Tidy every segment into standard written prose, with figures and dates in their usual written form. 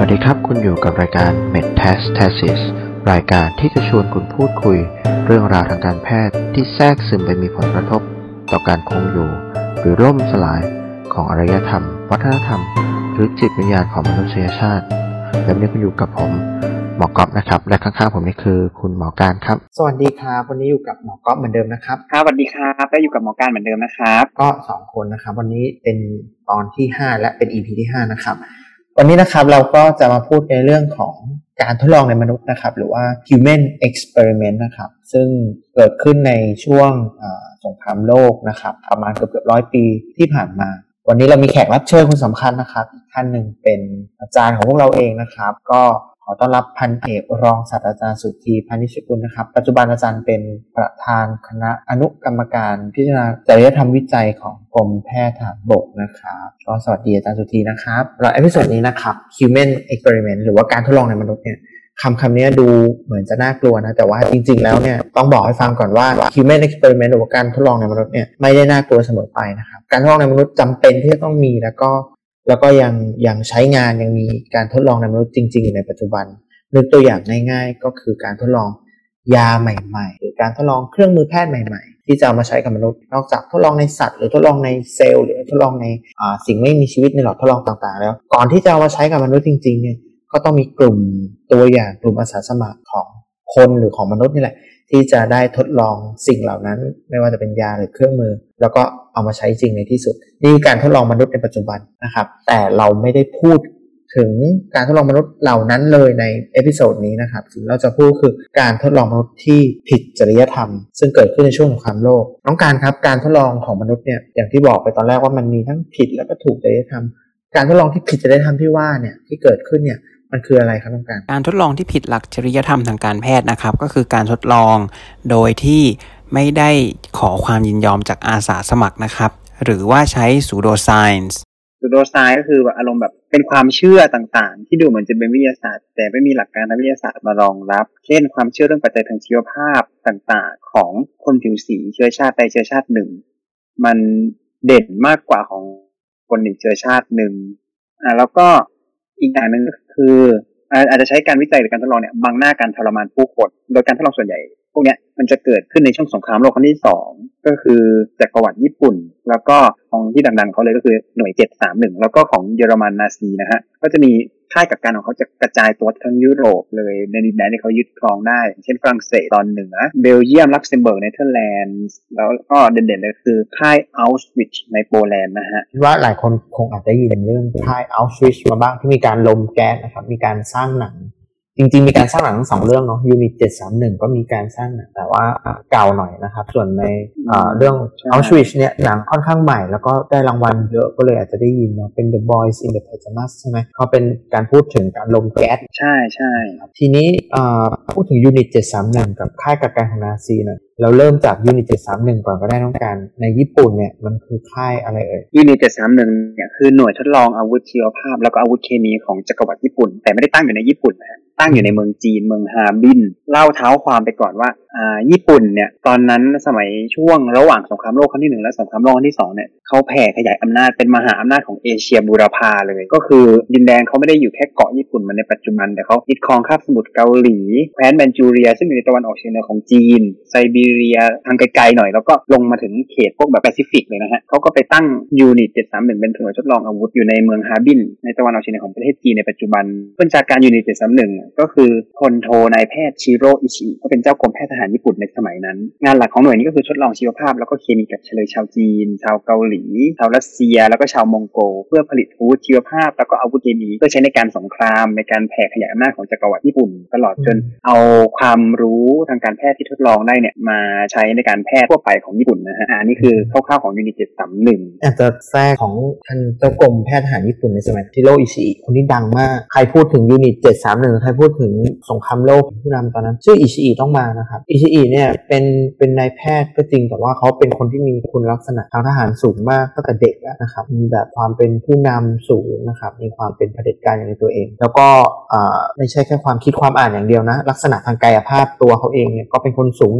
วัสดีครับคุณอยู่กับรายการ Metastasis รายการที่จะชวนคุณพูดคุยเรื่องราวทางการแพทย์ที่แทรกซึมไปมีผลกระทบต่อการคงอยู่หรือล่มสลายของอารยธรรมวัฒนธรรมหรือจิตวิญญาณของมนุษยชาติและวันนี้คุณอยู่กับผมหมอก๊อฟนะครับและข้างๆผมนี่คือคุณหมอการครับสวัสดีครับวันนี้อยู่กับหมอก๊อฟเหมือนเดิมนะครับครับสวัสดีครับได้อยู่กับหมอการเหมือนเดิมนะครับก็2คนนะครับวันนี้เป็นตอนที่5และเป็น EP ที่5นะครับวันนี้นะครับเราก็จะมาพูดในเรื่องของการทดลองในมนุษย์นะครับหรือว่า human experiment นะครับซึ่งเกิดขึ้นในช่วงสงครามโลกนะครับประมาณเกือบ100 ปีที่ผ่านมาวันนี้เรามีแขกรับเชิญคนสำคัญนะครับอีกท่านหนึ่งเป็นอาจารย์ของพวกเราเองนะครับก็ขอต้อนรับพันเอกรองศาสตราจารย์สุทธีพานิชกุลนะครับปัจจุบันอาจารย์เป็นประธานคณะอนุกรรมการพิจารณาจริยธรรมวิจัยของกรมแพทย์ทหารบกนะครับก็สวัสดีอาจารย์สุทธีนะครับเราเอพิโซดนี้นะครับ human experiment หรือว่าการทดลองในมนุษย์เนี่ยคำนี้ดูเหมือนจะน่ากลัวนะแต่ว่าจริงๆแล้วเนี่ยต้องบอกให้ฟังก่อนว่า human experiment หรือว่าการทดลองในมนุษย์เนี่ยไม่ได้น่ากลัวเสมอไปนะครับการทดลองในมนุษย์จำเป็นที่จะต้องมีแล้วก็ยังใช้งานยังมีการทดลองในมนุษย์จริงๆอยู่ในปัจจุบันนึกตัวอย่างง่ายๆก็คือการทดลองยาใหม่ๆหรือการทดลองเครื่องมือแพทย์ใหม่ๆที่จะเอามาใช้กับมนุษย์นอกจากทดลองในสัตว์หรือทดลองในเซลล์หรือทดลองในสิ่งไม่มีชีวิตในหลอดทดลองต่างๆแล้วก่อนที่จะเอามาใช้กับมนุษย์จริงๆเนี่ยก็ต้องมีกลุ่มตัวอย่างกลุ่มอาสาสมัครของคนหรือของมนุษย์นี่แหละที่จะได้ทดลองสิ่งเหล่านั้นไม่ว่าจะเป็นยาหรือเครื่องมือแล้วก็เอามาใช้จริงในที่สุดนี่คือการทดลองมนุษย์ในปัจจุบันนะครับแต่เราไม่ได้พูดถึงการทดลองมนุษย์เหล่านั้นเลยในเอพิโซดนี้นะครับสิ่งเราจะพูดคือการทดลองมนุษย์ที่ผิดจริยธรรมซึ่งเกิดขึ้นในช่วงสงครามโลกน้องการครับการทดลองของมนุษย์เนี่ยอย่างที่บอกไปตอนแรกว่ามันมีทั้งผิดและก็ถูกจริยธรรมการทดลองที่ผิดจริยธรรมที่ว่าเนี่ยที่เกิดขึ้นเนี่ยมันคืออะไรครับน้องการทดลองที่ผิดหลักจริยธรรมทางการแพทย์นะครับก็คือการทดลองโดยที่ไม่ได้ขอความยินยอมจากอาสาสมัครนะครับหรือว่าใช้ pseudoscience pseudoscience ก็คือแบบอารมณ์แบบเป็นความเชื่อต่างๆที่ดูเหมือนจะเป็นวิทยาศาสตร์แต่ไม่มีหลักการทางวิทยาศาสตร์มารองรับเช่นความเชื่อเรื่องปัจจัยทางชีวภาพต่างๆของคนผิวสีเชื้อชาติใดเชื้อชาติหนึ่งมันเด่นมากกว่าของคนอีกเชื้อชาติหนึ่งแล้วก็อีกอย่างหนึ่งก็คืออาจจะใช้การวิจัยหรือการทดลองเนี่ยบังหน้าการทรมานผู้คนโดยการทดลองส่วนใหญ่พวกเนี้ยมันจะเกิดขึ้นในช่วงสงครามโลกครั้งที่2ก็คือจักรวรรดิญี่ปุ่นแล้วก็ของที่ดังๆเขาเลยก็คือหน่วย731แล้วก็ของเยอรมันนาซีนะฮะก็จะมีค่ายกักกันของเขาจะกระจายตัวทั้งยุโรปเลยในดินแดนที่เขายึดครองได้เช่นฝรั่งเศสตอนเหนือเบลเยียมลักเซมเบิร์กเนเธอร์แลนด์แล้วก็เด่นๆเลยคือค่ายอัลชวิทซ์ในโปแลนด์นะฮะคิดว่าหลายคนคงอาจจะได้ยินเรื่องค่ายอัลชวิทซ์มาบ้างที่มีการลมแก๊สนะครับมีการสร้างหนังจริงๆมีการสร้างหนังทั้ง2เรื่องเนาะยูนิต731ก็มีการสร้างหนังแต่ว่าเก่าหน่อยนะครับส่วนในเรื่อง Auschwitz เนี่ยหนังค่อนข้างใหม่แล้วก็ได้รางวัลเยอะก็เลยอาจจะได้ยินเนาะเป็น The Boys in the Pajamas ใช่ไหมเขาเป็นการพูดถึงการลมแก๊สใช่ทีนี้พูดถึงยูนิต731กับค่ายกักกันของนาซีหน่อยเราเริ่มจากยูนิต731ก่อนก็ได้น้องการในญี่ปุ่นเนี่ยมันคือค่ายอะไรเอ่ยยูนิต731เนี่ยคือหน่วยทดลองอาวุธชีวภาพแล้วก็อาวุธเคมีของจักรวรรดิญี่ปุ่นแต่ไม่ได้ตั้งอยู่ในญี่ปุ่นนะตั้งอยู่ในเมืองจีนเมืองฮาร์บินเล่าเท้าความไปก่อนว่าญี่ปุ่นเนี่ยตอนนั้นสมัยช่วงระหว่างสงครามโลกครั้งที่1และสงครามโลกครั้งที่2เนี่ยเขาแผ่ขยายอำนาจเป็นมหาอำนาจของเอเชียบูรพาเลยก็คือดินแดนเขาไม่ได้อยู่แค่เกาะญี่ปุ่นเหมือนในปัจจุบันแต่เขายึดครองคาบสมุทรเกาหลีแคว้นแมนจูเรียซึ่งอยู่ในตะวันออกเฉียงเหนือของจีนไซบีเรียทางไกลๆหน่อยแล้วก็ลงมาถึงเขตพวกแบบแปซิฟิกเลยนะฮะเขาก็ไปตั้งยูนิต731เป็นหน่วยทดลองอาวุธอยู่ในเมืองฮาร์บินในตะวันออกเฉียงเหนือของประเทศจีนในปัจจุบันผู้บัญชาการยูนิต731ก็คือพลโทนายแพทย์ชิโร่อิชิก็เป็นเจ้ากรมแพทย์ทหารญี่ปุ่นในสมัยนั้นงานหลักของหน่วยนี้ก็คือทดลองชีวภาพแล้วก็เคมีกับเฉลยชาวจีนชาวเกาหลีชาวรัสเซียแล้วก็ชาวมองโกเพื่อผลิตอาวุธชีวภาพแล้วก็อาวุธเคมีเพื่อใช้ในการสงครามในการแผ่ขยายอำนาจของจักรวรรดิญี่ปุ่นตลอดจนเอาความรู้ทางการแพทย์ที่ทดลองได้เนี่ยมาใช้ในการแพทย์ทั่วไปของญี่ปุ่นนะฮะนี่คือคร่าวๆของยูนิต731 อาจจะแทรกของท่านเจ้ากรมแพทย์ทหารญี่ปุ่นในสมัยชิโร่อิชิคนที่ดังมากใครพูดถึงยูนิต731ใครพูดถึงสงครามโลกผู้นำตอนนั้นชื่ออิชิต้องมานะครับอิชิเนี่ยเป็นนายแพทย์ก็จริงแต่ว่าเขาเป็นคนที่มีคุณลักษณะทางทหารสูงมากตั้งแต่เด็กแล้วนะครับมีแบบความเป็นผู้นำสูงนะครับมีความเป็นเผด็จการอย่างในตัวเองแล้วก็ไม่ใช่แค่ความคิดความอ่านอย่างเดียวนะลักษณะทางกายภาพตัวเขาเองเนี่ยก็เป็นคนสูงใหญ่สูง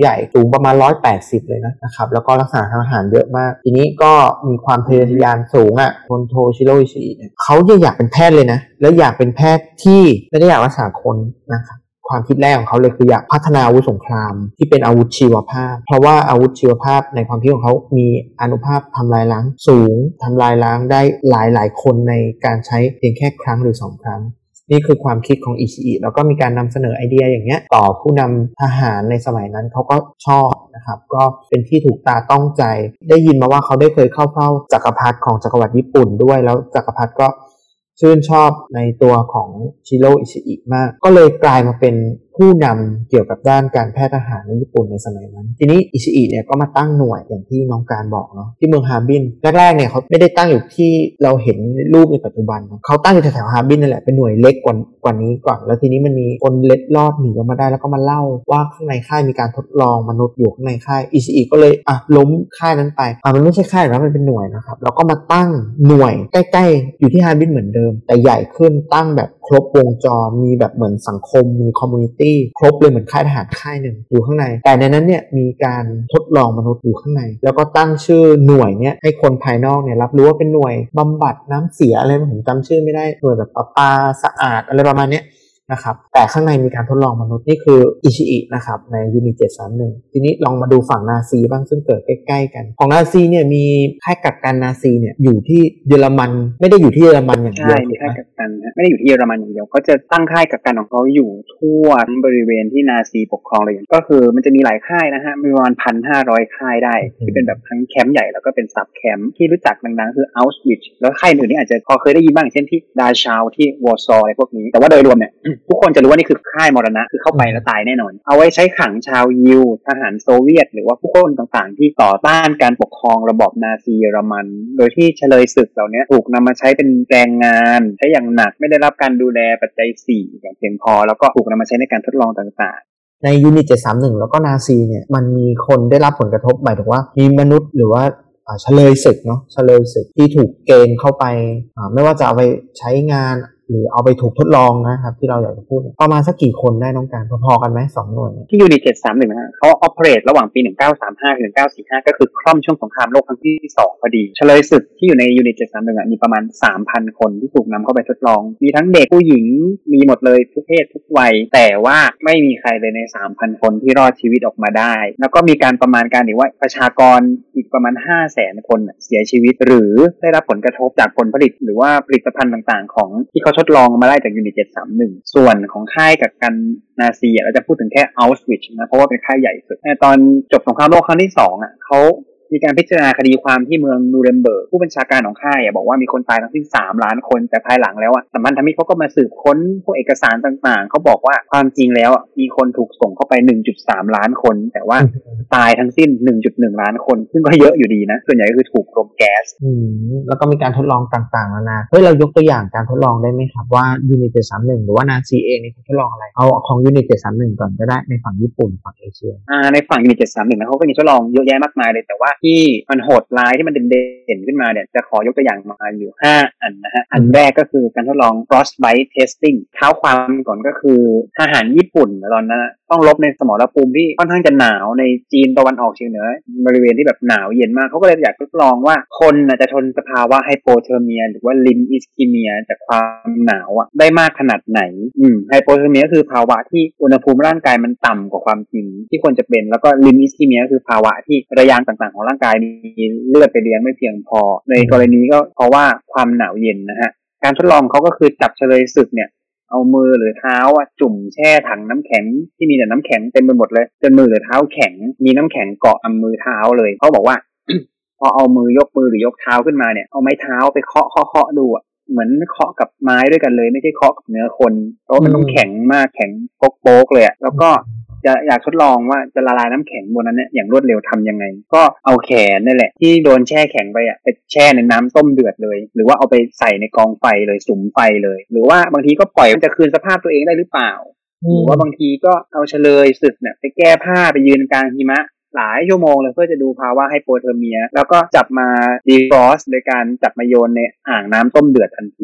ประมาณ180เลยนะครับแล้วก็ลักษณะทางอาหารเยอะมากทีนี้ก็มีความทะเยอทะยานสูงพลโทชิโร่อิชิอิเนี่ยเขาอยากเป็นแพทย์เลยนะแล้วอยากเป็นแพทย์ที่ไม่ได้อยากรักษาคนนะครับความคิดแรกของเขาเลยคืออยากพัฒนาอาวุธสงครามที่เป็นอาวุธชีวภาพเพราะว่าอาวุธชีวภาพในความคิดของเขามีอานุภาพทำลายล้างสูงทำลายล้างได้หลายคนในการใช้เพียงแค่ครั้งหรือ2ครั้งนี่คือความคิดของอิชิอิแล้วก็มีการนำเสนอไอเดียอย่างเงี้ยต่อผู้นำทหารในสมัยนั้นเขาก็ชอบนะครับก็เป็นที่ถูกตาต้องใจได้ยินมาว่าเขาได้เคยเข้าเฝ้าจักรพรรดิของจักรวรรดิญี่ปุ่นด้วยแล้วจักรพรรดิก็ชื่นชอบในตัวของชิโร่อิชิอิมากก็เลยกลายมาเป็นผู้นำเกี่ยวกับด้านการแพทย์ทหารในญี่ปุ่นในสมัยนั้นทีนี้อิชิอิเนี่ยก็มาตั้งหน่วยอย่างที่น้องการบอกเนาะที่เมืองฮาร์บินแรกๆเนี่ยเขาไม่ได้ตั้งอยู่ที่เราเห็นรูปในปัจจุบันเขาตั้งอยู่แถวๆฮาร์บินนั่นแหละเป็นหน่วยเล็กกว่านี้ก่อนแล้วทีนี้มันมีคนเล็ดลอดหนีออกมาได้แล้วก็มาเล่าว่าข้างในค่ายมีการทดลองมนุษย์อยู่ข้างในค่ายอิชิอิก็เลยล้มค่ายนั้นไปมันไม่ใช่ค่ายนะมันเป็นหน่วยนะครับแล้วก็มาตั้งหน่วยใกล้ๆอยู่ที่ฮาร์บินเหมือนเดิมแต่ใหญ่ขึ้นตั้งแบบครบวงจรมีแบบเหมือนสังคมมีคอมมูนิตี้ครบเลยเหมือนค่ายทหารค่ายหนึ่งอยู่ข้างในแต่ในนั้นเนี่ยมีการทดลองมนุษย์อยู่ข้างในแล้วก็ตั้งชื่อหน่วยเนี่ยให้คนภายนอกเนี่ยรับรู้ว่าเป็นหน่วยบำบัดน้ำเสียอะไรผมจำชื่อไม่ได้หน่วยแบบประปาสะอาดอะไรประมาณนี้นะครับแต่ข้างในมีการทดลองมนุษย์นี่คืออิชิอินะครับในยูนิต731ทีนี้ลองมาดูฝั่งนาซีบ้างซึ่งเกิดใกล้ๆกันของนาซีเนี่ยมีค่ายกักกันนาซีเนี่ยอยู่ที่เยอรมันไม่ได้อยู่ที่เยอรมันอย่างเดียวใช่มีค่ายกักกันไม่ได้อยู่ที่เยอรมันอย่างเดียวเขาจะตั้งค่ายกักกันของเขาอยู่ทั่วทั้งบริเวณที่นาซีปกครองเลยก็คือมันจะมีหลายค่ายนะฮะมีประมาณ 1,500 ค่ายได้ที่เป็นแบบทั้งแคมป์ใหญ่แล้วก็เป็นซับแคมป์ที่รู้จักดังๆคืออัลสวิชแล้วค่ายอื่นนี่อาจจะพอเคยได้ยินบ้างเช่นที่ดาชาวที่วอร์ซออะไรพวกนี้แต่ว่าโดยรวมเนี่ยทุกคนจะรู้ว่านี่คือค่ายมรณะคือเข้าไปแล้วตายแน่นอนเอาไว้ใช้ขังชาวยิวทหารโซเวียตหรือว่าผู้คนต่างๆที่ต่อต้านการปกครองระบอบนาซีเยอรมันโดยที่เฉลยศึกเหล่านี้ถูกนำมาใช้เป็นแรงงานใช้อย่างหนักไม่ได้รับการดูแลปัจจัย4อย่างเพียงพอแล้วก็ถูกนำมาใช้ในการทดลองต่างๆในยูนิต731แล้วก็นาซีเนี่ยมันมีคนได้รับผลกระทบหมายถึงว่ามีมนุษย์หรือว่าเฉลยศึกเนาะเฉลยศึกที่ถูกเกณฑ์เข้าไปไม่ว่าจะเอาไปใช้งานหรือเอาไปถูกทดลองนะครับที่เราอยากจะพูดประมาณสักกี่คนได้น้องการพอๆกันไหม2หน่วยที่ยูนิต731นะฮะเขาออเปเรตระหว่างปี1935ถึง1945ก็คือคร่อมช่วงสงครามโลกครั้งที่2พอดีเฉลยศึกที่อยู่ในยูนิต731มีประมาณ 3,000 คนที่ถูกนำเข้าไปทดลองมีทั้งเด็กผู้หญิงมีหมดเลยทุกเพศทุกวัยแต่ว่าไม่มีใครเลยใน 3,000 คนที่รอดชีวิตออกมาได้แล้วก็มีการประมาณการว่าประชากรอีกประมาณ 500,000 คนเสียชีวิตหรือได้รับผลกระทบจากผลผลิตหรือว่าผลิตภัณฑ์ต่างๆของที่เขาทดลองมาได้จากยูนิต731ส่วนของค่ายกักกันนาซีเราจะพูดถึงแค่อัลสวิชนะเพราะว่าเป็นค่ายใหญ่สุดตอนจบสงครามโลกครั้งที่2เขามีการพิจารณาคดีความที่เมืองนูเรมเบิร์กผู้บัญชาการของค่ายบอกว่ามีคนตายทั้งสิ้น3 ล้านคนแต่ภายหลังแล้วสัมพันธมิตรเขาก็มาสืบค้นพวกเอกสารต่างๆเขาบอกว่าความจริงแล้วมีคนถูกส่งเข้าไป 1.3 ล้านคนแต่ว่าตายทั้งสิ้น 1.1 ล้านคนซึ่งก็เยอะอยู่ดีนะส่วนใหญ่ก็คือถูกรมแก๊สแล้วก็มีการทดลองต่างๆนานาเรายกตัวอย่างการทดลองได้ไหมครับว่ายูนิต731หรือว่านาซีเองนี่เขาทดลองอะไรเอาของยูนิต731ก่อนก็ได้ในฝั่งญี่ปุ่นฝั่งเอเชียในฝั่งยูนิต731นะเขาก็มีทดลองเยอะแยะมากมายเลยแต่ว่าที่มันโหดร้ายที่มันเด่นขึ้นมาเนี่ยจะขอยกตัวอย่างมาอยู่5อันนะฮะอันแรกก็คือการทดลอง frostbite testing เท้าความก่อนก็คือทหารญี่ปุ่นตอนนั้นต้องรบในสมรภูมิที่ค่อนข้างจะหนาวในจีนตะวันออกเฉียงเหนือบริเวณที่แบบหนาวเย็นมากเขาก็เลยอยากทดลองว่าคนจะทนสภาวะไฮโปเทอร์เมียหรือว่าลิมอิสคีเมียจากความหนาวได้มากขนาดไหนไฮโปเทอร์เมียคือภาวะที่อุณหภูมิร่างกายมันต่ำกว่าความจริงที่ควรจะเป็นแล้วก็ลิมอิสคีเมียคือภาวะที่ระยางต่างๆของร่างกายมีเลือดไปเลี้ยงไม่เพียงพอในกรณีก็เพราะว่าความหนาวเย็นนะฮะการทดลองเขาก็คือจับเฉลยศึกเนี่ยเอามือหรือเท้าจุ่มแช่ถังน้ำแข็งที่มีแต่น้ำแข็งเต็มไปหมดเลยจนมือหรือเท้าแข็งมีน้ำแข็งเกาะมือเท้าเลยเขาบอกว่า พอเอามือยกมือหรือยกเท้าขึ้นมาเนี่ยเอาไม้เท้าไปเคาะดูเหมือนเคาะกับไม้ด้วยกันเลยไม่ใช่เคาะกับเนื้อคนเพราะมันต้องแข็งมากแข็งโป๊กเลยแล้วก็จะอยากทดลองว่าจะละลายน้ำแข็งบนนั้นเนี่ยอย่างรวดเร็วทำยังไงก็เอาแขนนั่นแหละที่โดนแช่แข็งไปไปแช่ในน้ำต้มเดือดเลยหรือว่าเอาไปใส่ในกองไฟเลยสุมไฟเลยหรือว่าบางทีก็ปล่อยมันจะคืนสภาพตัวเองได้หรือเปล่าหรือว่าบางทีก็เอาเฉลยศึกเนี่ยไปแก้ผ้าไปยืนกลางหิมะหลายชั่วโมงเลยเพื่อจะดูภาวะไฮโปเทอร์เมียแล้วก็จับมาดีฟรอสต์โดยการจับมาโยนในอ่างน้ำต้มเดือดทันที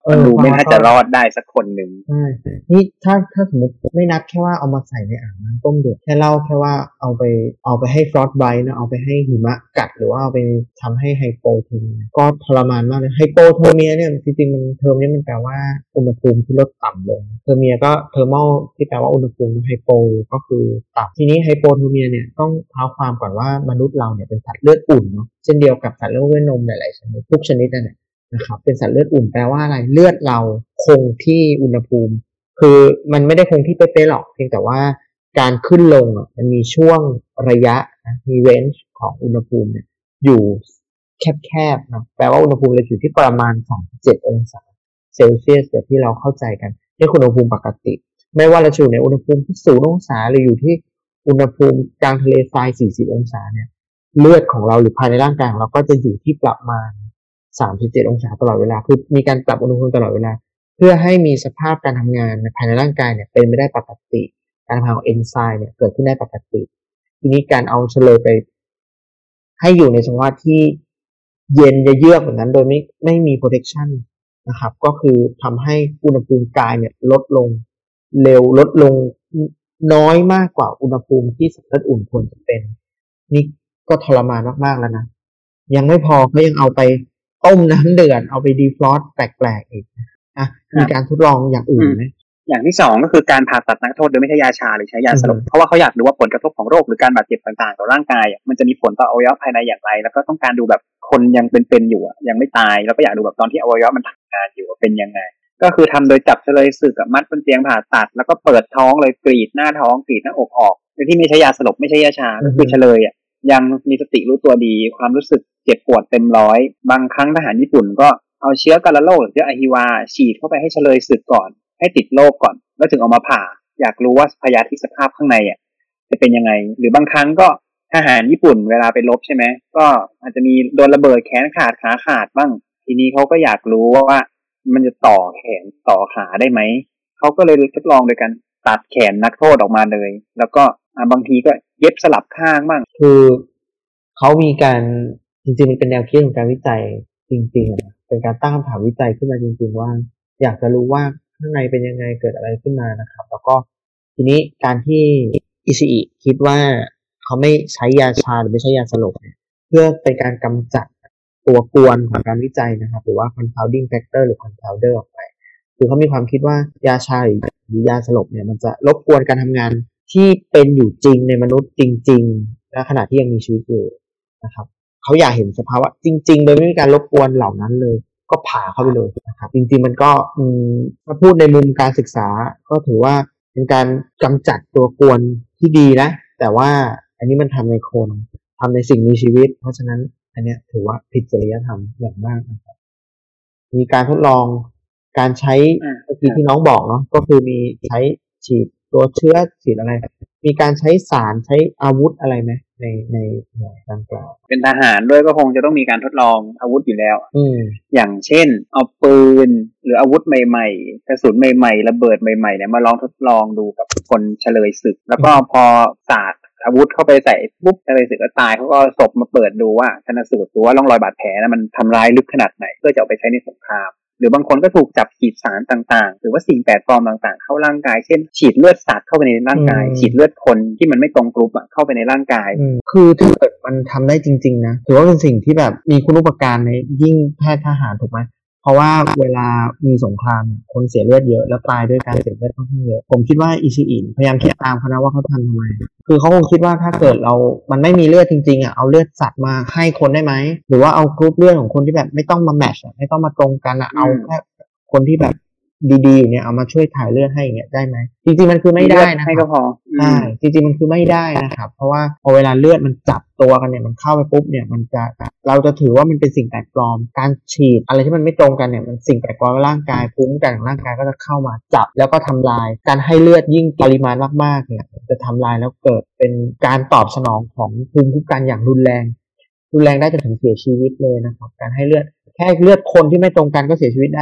มันดูไม่น่าจะรอดได้สักคนหนึ่งใช่นี่ถ้าสมมติไม่นับแค่ว่าเอามาใส่ในอ่างน้ำต้มเดือดแค่เล่าแค่ว่าเอาไปให้ฟรอสต์ไบต์นะเอาไปให้หิมะกัดหรือว่าเอาไปทำให้ไฮโปเทอร์เมียก็ทรมานมากเลยไฮโปเทอร์เมียเนี่ยจริงๆมันเทอมนี้มันแปลว่าอุณหภูมิที่ลดต่ำลงเทอร์เมียก็เทอร์มอลที่แปลว่าอุณหภูมิไฮโปก็คือต่ำทีนี้ไฮโปเทอร์เมียเนี่ยต้องเท้าความก่อนว่ามนุษย์เราเนี่ยเป็นสัตว์เลือดอุ่นเนาะเช่นเดียวกับสัตว์เลือดนมหลายๆชนิดทุกชนิดนั่นแหละนะครับเป็นสัตว์เลือดอุ่นแปลว่าอะไรเลือดเราคงที่อุณหภูมิคือมันไม่ได้คงที่เป๊ะๆหรอกเพียงแต่ว่าการขึ้นลงมันมีช่วงระยะมีเรนจ์ของอุณหภูมิเนี่ยอยู่แคบๆนะแปลว่าอุณหภูมิเราอยู่ที่ประมาณ37องศาเซลเซียสแบบที่เราเข้าใจกันนี่คืออุณหภูมิปกติไม่ว่าเราอยู่ในอุณหภูมิที่0องศาหรืออยู่ที่อุณหภูมิกลางทะเลทราย40องศาเนี่ยเลือดของเราหรือภายในร่างกายของเราก็จะอยู่ที่ประมาณ37องศาตลอดเวลาคือมีการปรับอุณหภูมิตลอดเวลาเพื่อให้มีสภาพการทำงานภายในร่างกายเนี่ยเป็นไปได้ปกติการทำงานของเอนไซม์เนี่ยเกิดขึ้นได้ปกติทีนี้การเอาเฉลยไปให้อยู่ในสภาวะที่เย็นเยือกแบบนั้นโดยไม่มี protection นะครับก็คือทำให้อุณหภูมิกายเนี่ยลดลงเร็วลดลงน้อยมากกว่าอุณหภูมิที่สัตว์เลือดอุ่นควรจะเป็นนี่ก็ทรมานมากๆแล้วนะยังไม่พอเขายังเอาไปต้มน้ำเดือดเอาไปดีฟรอสต์แปลกๆอีกมีการทดลองอย่างอื่นไหมอย่างที่2ก็คือการผ่าตัดนักโทษโดยไม่ใช้ยาชาหรือใช้ยาสลบเพราะว่าเขาอยากดูว่าผลกระทบของโรคหรือการบาดเจ็บต่างๆต่อร่างกายมันจะมีผลต่ออวัยวะภายในอย่างไรแล้วก็ต้องการดูแบบคนยังเป็นอยู่ยังไม่ตายแล้วก็อยากดูแบบตอนที่อวัยวะมันทำงานอยู่เป็นยังไงก็คือทำโดยจับเฉลยศึกกับมัดบนเตียงผ่าตัดแล้วก็เปิดท้องเลยกรีดหน้าท้องกรีดหน้าอกออกโดยที่ไม่ใช้ยาสลบไม่ใช้ยาชาก็คือเฉลยยังมีสติรู้ตัวดีความรู้สึกเจ็บปวดเต็มร้อยบางครั้งทหารญี่ปุ่นก็เอาเชื้อกาฬโรคหรือเชื้ออะฮิวาฉีดเข้าไปให้เฉลยศึกก่อนให้ติดโรคก่อนแล้วถึงเอามาผ่าอยากรู้ว่าพยาธิสภาพข้างในจะเป็นยังไงหรือบางครั้งก็ทหารญี่ปุ่นเวลาไปรบใช่ไหมก็อาจจะมีโดนระเบิดแขนขาดขาขาดบ้างทีนี้เขาก็อยากรู้ว่ามันจะต่อแขนต่อขาได้ไหมเขาก็เลยทดลองโดยการตัดแขนนักโทษออกมาเลยแล้วก็บางทีก็เย็บสลับข้างบ้างคือเขามีการจริงๆมันเป็นแนวคิดของการวิจัยจริงๆเป็นการตั้งคำถามวิจัยขึ้นมาจริงๆว่าอยากจะรู้ว่าข้างในเป็นยังไงเกิดอะไรขึ้นมานะครับแล้วก็ทีนี้การที่อิชิอิคิดว่าเขาไม่ใช้ยาชาหรือไม่ใช้ยาสลบเพื่อเป็นการกำจัดตัวกวนของการวิจัยนะครับหรือว่า confounding factor หรือ confounder ออกไปคือเขามีความคิดว่ายาชาหรือยาสลบเนี่ยมันจะรบกวนการทำงานที่เป็นอยู่จริงในมนุษย์จริงๆและขณะที่ยังมีชีวิตอยู่นะครับเขาอยากเห็นสภาวะจริงๆโดยไม่มีการรบกวนเหล่านั้นเลยก็ผ่าเข้าไปเลยนะครับจริงๆมันก็ถ้าพูดในมุมการศึกษาก็ถือว่าเป็นการกำจัดตัวกวนที่ดีนะแต่ว่าอันนี้มันทำในคนทำในสิ่งมีชีวิตเพราะฉะนั้นอันนี้ถือว่าผิดจริยธรรมอย่างมากนะครับมีการทดลองการใช้เมื่อกี้ที่น้องบอกเนาะก็คือมีใช้ฉีดตัวเชื้อฉีดอะไรมีการใช้สารใช้อาวุธอะไรไหมในหน่วยดังกล่าวเป็นทหารด้วยก็คงจะต้องมีการทดลองอาวุธอยู่แล้วอย่างเช่นเอาปืนหรืออาวุธใหม่ๆกระสุนใหม่ๆระเบิดใหม่ๆเนี่ยมาลองทดลองดูกับคนเฉลยศึกแล้วก็พอสาดอาวุธเข้าไปใส่ปุ๊บเฉลยศึกก็ตายเขาก็ศพมาเปิดดูว่าชันสูตรดูว่าร่องรอยบาดแผลนั้นมันทำร้ายลึกขนาดไหนเพื่อจะเอาไปใช้ในสงครามหรือบางคนก็ถูกจับฉีดสารต่างๆหรือว่าสิ่งแปลกปลอมต่างๆเข้าร่างกายเช่นฉีดเลือดสัตว์เข้าไปในร่างกายฉีดเลือดคนที่มันไม่ตรงกรุ๊ปเข้าไปในร่างกายคือถ้าเกิดมันทำได้จริงๆนะถือว่าเป็นสิ่งที่แบบมีคุณูปการในยิ่งแพทย์ทหารถูกไหมเพราะว่าเวลามีสงครามคนเสียเลือดเยอะแล้วตายด้วยการเสียเลือดค่อนข้างเยอะผมคิดว่าอิชิอิพยายามคิดตามเขานะว่าเขาทำทำไมคือเขาคงคิดว่าถ้าเกิดมันไม่มีเลือดจริงๆเอาเลือดสัตว์มาให้คนได้ไหมหรือว่าเอากรุ๊ปเลือดของคนที่แบบไม่ต้องมาแมทช์ไม่ต้องมาตรงกันเอาแค่คนที่แบบดีๆเนี่ยเอามาช่วยถ่ายเลือดให้อย่างเงี้ยได้ไหมจริงๆมันคือไม่ได้นะให้ก็พอใช่จริงๆมันคือไม่ได้นะครับเพราะว่าพอเวลาเลือดมันจับตัวกันเนี่ยมันเข้าไปปุ๊บเนี่ยเราจะถือว่ามันเป็นสิ่งแปลกปลอมการฉีดอะไรที่มันไม่ตรงกันเนี่ยมันสิ่งแปลกปลอมในร่างกายภูมิคุ้มกันของร่างกายก็จะเข้ามาจับแล้วก็ทำลายการให้เลือดยิ่งปริมาณมากๆเนี่ยจะทำลายแล้วเกิดเป็นการตอบสนองของภูมิคุ้มกันอย่างรุนแรงได้จนถึงเสียชีวิตเลยนะครับการให้เลือดแค่เลือดคนที่ไม่ตรงกันก็เสียชีวิตได้แล้ว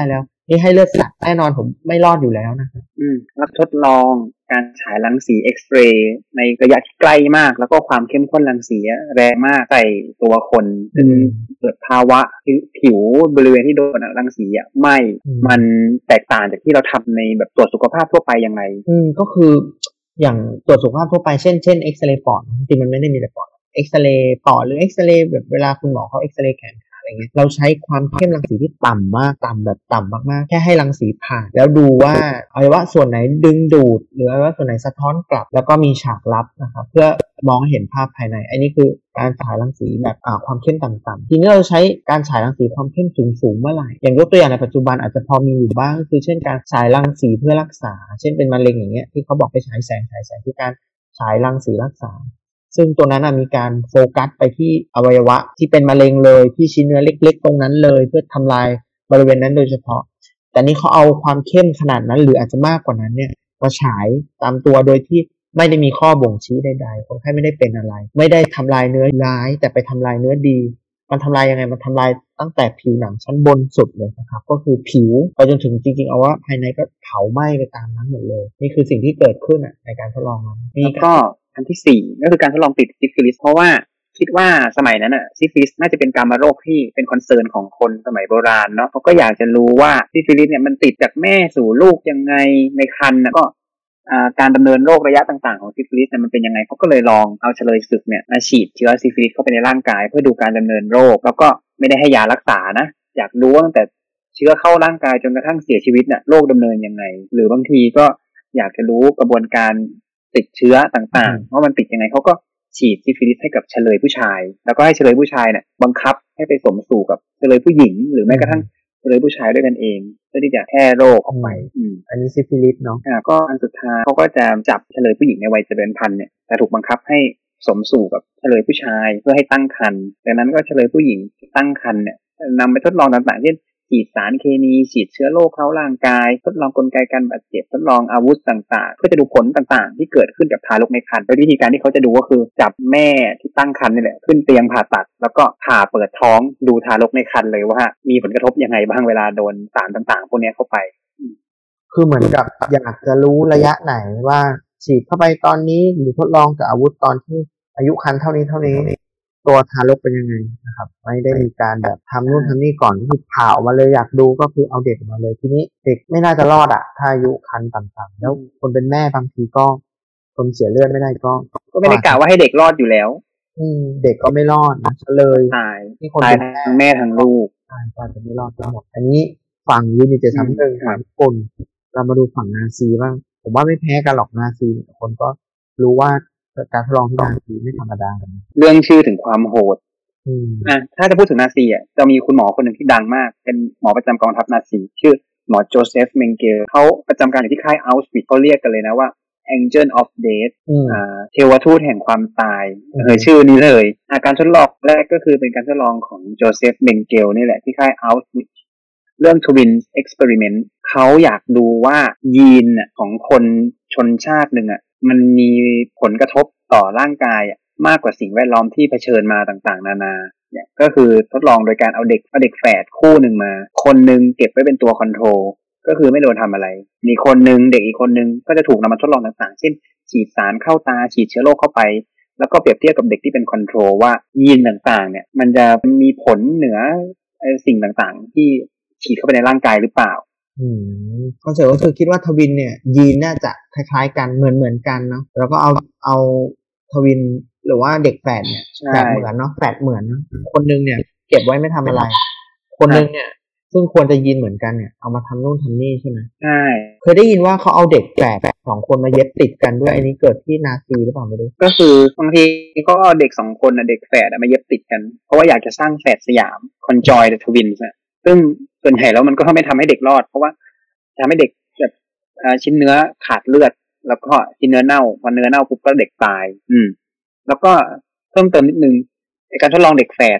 นี่ให้เลือดสัตว์แน่นอนผมไม่รอดอยู่แล้วนะครับแล้วทดลองการฉายรังสีเอ็กซเรย์ในระยะที่ใกล้มากแล้วก็ความเข้มข้นรังสีแรงมากใส่ตัวคนจนเกิดภาวะผิวบริเวณที่โดนรังสีไหม้มันแตกต่างจากที่เราทำในแบบตรวจสุขภาพทั่วไปยังไงก็คืออย่างตรวจสุขภาพทั่วไปเช่นเอ็กซเรย์ปอดจริงมันไม่ได้มีแต่ปอดเอ็กซเรย์ปอดหรือเอ็กซเรย์แบบเวลาคุณหมอเขาเอ็กซเรย์แขนเราใช้ความเข้มรังสีที่ต่ำมากต่ำแบบต่ำมากๆแค่ให้รังสีผ่านแล้วดูว่าอวัยวะส่วนไหนดึงดูดหรืออวัยวะส่วนไหนสะท้อนกลับแล้วก็มีฉากลับนะครับเพื่อมองเห็นภาพภายในอันนี้คือการฉายรังสีแบบความเข้มต่ำๆทีนี้เราใช้การฉายรังสีความเข้มสูงเมื่อไหร่อย่างยกตัวอย่างในปัจจุบันอาจจะพอมีอยู่บ้างคือเช่นการฉายรังสีเพื่อรักษาเช่นเป็นมะเร็งอย่างเงี้ยที่เขาบอกไปฉายแสงคือการฉายรังสีรักษาซึ่งตัวนั้นมีการโฟกัสไปที่อวัยวะที่เป็นมะเร็งเลยที่ชิ้นเนื้อเล็กๆตรงนั้นเลยเพื่อทำลายบริเวณนั้นโดยเฉพาะแต่นี้เขาเอาความเข้มขนาดนั้นหรืออาจจะมากกว่านั้นเนี่ยมาฉายตามตัวโดยที่ไม่ได้มีข้อบ่งชี้ใดๆคนไข้ไม่ได้เป็นอะไรไม่ได้ทำลายเนื้อร้ายแต่ไปทำลายเนื้อดีมันทำลายยังไงมันทำลายตั้งแต่ผิวหนังชั้นบนสุดเลยนะครับก็คือผิวไปจนถึงจริงๆเอาว่าภายในก็เผาไหม้ไปตามนั้นหมดเลยนี่คือสิ่งที่เกิดขึ้นในการทดลองนั้นแล้วก็อันที่4ก็คือการทดลองติดซิฟิลิสเพราะว่าคิดว่าสมัยนั้นซิฟิลิสน่าจะเป็นกามโรคที่เป็นคอนเซิร์นของคนสมัยโบราณเนาะเขาก็อยากจะรู้ว่าซิฟิลิสเนี่ยมันติดจากแม่สู่ลูกยังไงในครรภ์ก็การดำเนินโรคระยะต่างๆของซิฟิลิสมันเป็นยังไงเขาก็เลยลองเอาเฉลยศึกเนี่ยมาฉีดเชื้อซิฟิลิสเข้าไปในร่างกายเพื่อดูการดำเนินโรคแล้วก็ไม่ได้ให้ยารักษานะอยากรู้ตั้งแต่เชื้อเข้าร่างกายจนกระทั่งเสียชีวิตเนี่ยโรคดำเนินยังไงหรือบางทีก็อยากจะรู้กระบวนการติดเชื้อต่างๆว่ามันติดยังไงเขาก็ฉีดซิฟิลิสให้กับเฉลยผู้ชายแล้วก็ให้เฉลยผู้ชายเนี่ยบังคับให้ไปสมสู่กับเฉลยผู้หญิงหรือแม้กระทั่งเฉลยผู้ชายด้วยกันเองเพื่อที่จะแพร่โรคออกไปอันนี้ซิฟิลิสเนาะก็อันสุดท้ายเขาก็จะจับเฉลยผู้หญิงในวัยเจริญพันธุ์เนี่ยแต่ถูกบังคับให้สมสู่กับเฉลยผู้ชายเพื่อให้ตั้งครรภ์ดังนั้นก็เฉลยผู้หญิงตั้งครรภ์เนี่ยนำไปทดลองต่างๆเช่นฉีดสารเคมีฉีดเชื้อโรคเข้าร่างกายทดลองกลไกการบาดเจ็บทดลองอาวุธต่างๆเพื่อจะดูผลต่างๆที่เกิดขึ้นกับทารกในครรภ์โดยวิธีการที่เขาจะดูก็คือจับแม่ที่ตั้งครรภ์นี่แหละขึ้นเตียงผ่าตัดแล้วก็ผ่าเปิดท้องดูทารกในครรภ์เลยว่ามีผลกระทบยังไงบ้างเวลาโดนสารต่างๆพวกนี้เข้าไปคือเหมือนกับอยากจะรู้ระยะไหนว่าฉีดเข้าไปตอนนี้หรือทดลองกับอาวุธตอนที่อายุครรภ์เท่านี้ตัวทารกเป็นยังไงนะครับไม่ได้มีการแบบทำนู่นทำนี่ก่อนก็คือผ่าออกมาเลยอยากดูก็คือเอาเด็กมาเลยทีนี้เด็กไม่น่าจะรอดถ้าอายุครรภ์ต่ำๆแล้วคนเป็นแม่บางทีก็คนเสียเลือดไม่ได้ก็ไม่ได้กล่าวว่าให้เด็กรอดอยู่แล้วเด็กก็ไม่รอดนะเลยที่คนเป็นทั้งแม่ทั้งลูกก็จะไม่รอดทั้งหมดอันนี้ฝั่งยูนิเต็ด3-1ฝั่งญี่ปุ่นเรามาดูฝั่งนาซีบ้างผมว่าไม่แพ้กันหรอกนาซีคนก็รู้ว่าการทดลองที่นาซีไม่ธรรมดาเรื่องชื่อถึงความโหดถ้าจะพูดถึงนาซีจะมีคุณหมอคนหนึ่งที่ดังมากเป็นหมอประจำกองทัพนาซีชื่อหมอโจเซฟเมงเกลเขาประจำการอยู่ที่ค่ายอัลสวิทเขาเรียกกันเลยนะว่า Angel of Death เทวทูตแห่งความตายชื่อนี้เลยการทดลองแรกก็คือเป็นการทดลองของโจเซฟเมงเกลนี่แหละที่ค่ายอัลสวิทเรื่อง Twin Experiment เขาอยากดูว่ายีนของคนชนชาติหนึ่งมันมีผลกระทบต่อร่างกายมากกว่าสิ่งแวดล้อมที่เผชิญมาต่างๆนานาเนี่ยก็คือทดลองโดยการเอาเด็กแฝดคู่หนึ่งมาคนนึงเก็บไว้เป็นตัวคอนโทรลก็คือไม่โดนทำอะไรมีคนนึงเด็กอีกคนนึงก็จะถูกนำมาทดลองต่างๆเช่นฉีดสารเข้าตาฉีดเชื้อโรคเข้าไปแล้วก็เปรียบเทียบกับเด็กที่เป็นคอนโทรลว่ายีนต่างๆเนี่ยมันจะมีผลเหนือสิ่งต่างๆที่ฉีดเข้าไปในร่างกายหรือเปล่าคอนเซ็ปต์ก็คือคิดว่าทวินเนี่ยยีนน่าจะคล้ายๆกันเหมือนกันเนาะแล้วก็เอาทวินหรือว่าเด็กแฝดเนี่ยแฝดเหมือนเนาะแฝดเหมือนคนนึงเนี่ยเก็บไว้ไม่ทำอะไรคนนึงเนี่ยซึ่งควรจะยีนเหมือนกันเนี่ยเอามาทำนู่นทำนี่ใช่ไหมใช่เคยได้ยินว่าเขาเอาเด็กแฝด2 คนมาเย็บติดกันด้วยอันนี้เกิดที่นาซีหรือเปล่าไม่รู้ก็คือบางทีก็เอาเด็ก2 คนเด็กแฝดมาเย็บติดกันเพราะว่าอยากจะสร้างแฝดสยามคอนจอยเดอะทวินส์ซึ่งส่วนใหญ่แล้วมันก็ไม่ทำให้เด็กรอดเพราะว่าทำให้เด็กแบบชิ้นเนื้อขาดเลือดแล้วก็ชิ้นเนื้อเน่าพอเนื้อเน่าปุ๊บก็เด็กตายแล้วก็เพิ่มเติมนิดนึงในการทดลองเด็กแฝดเนี่ย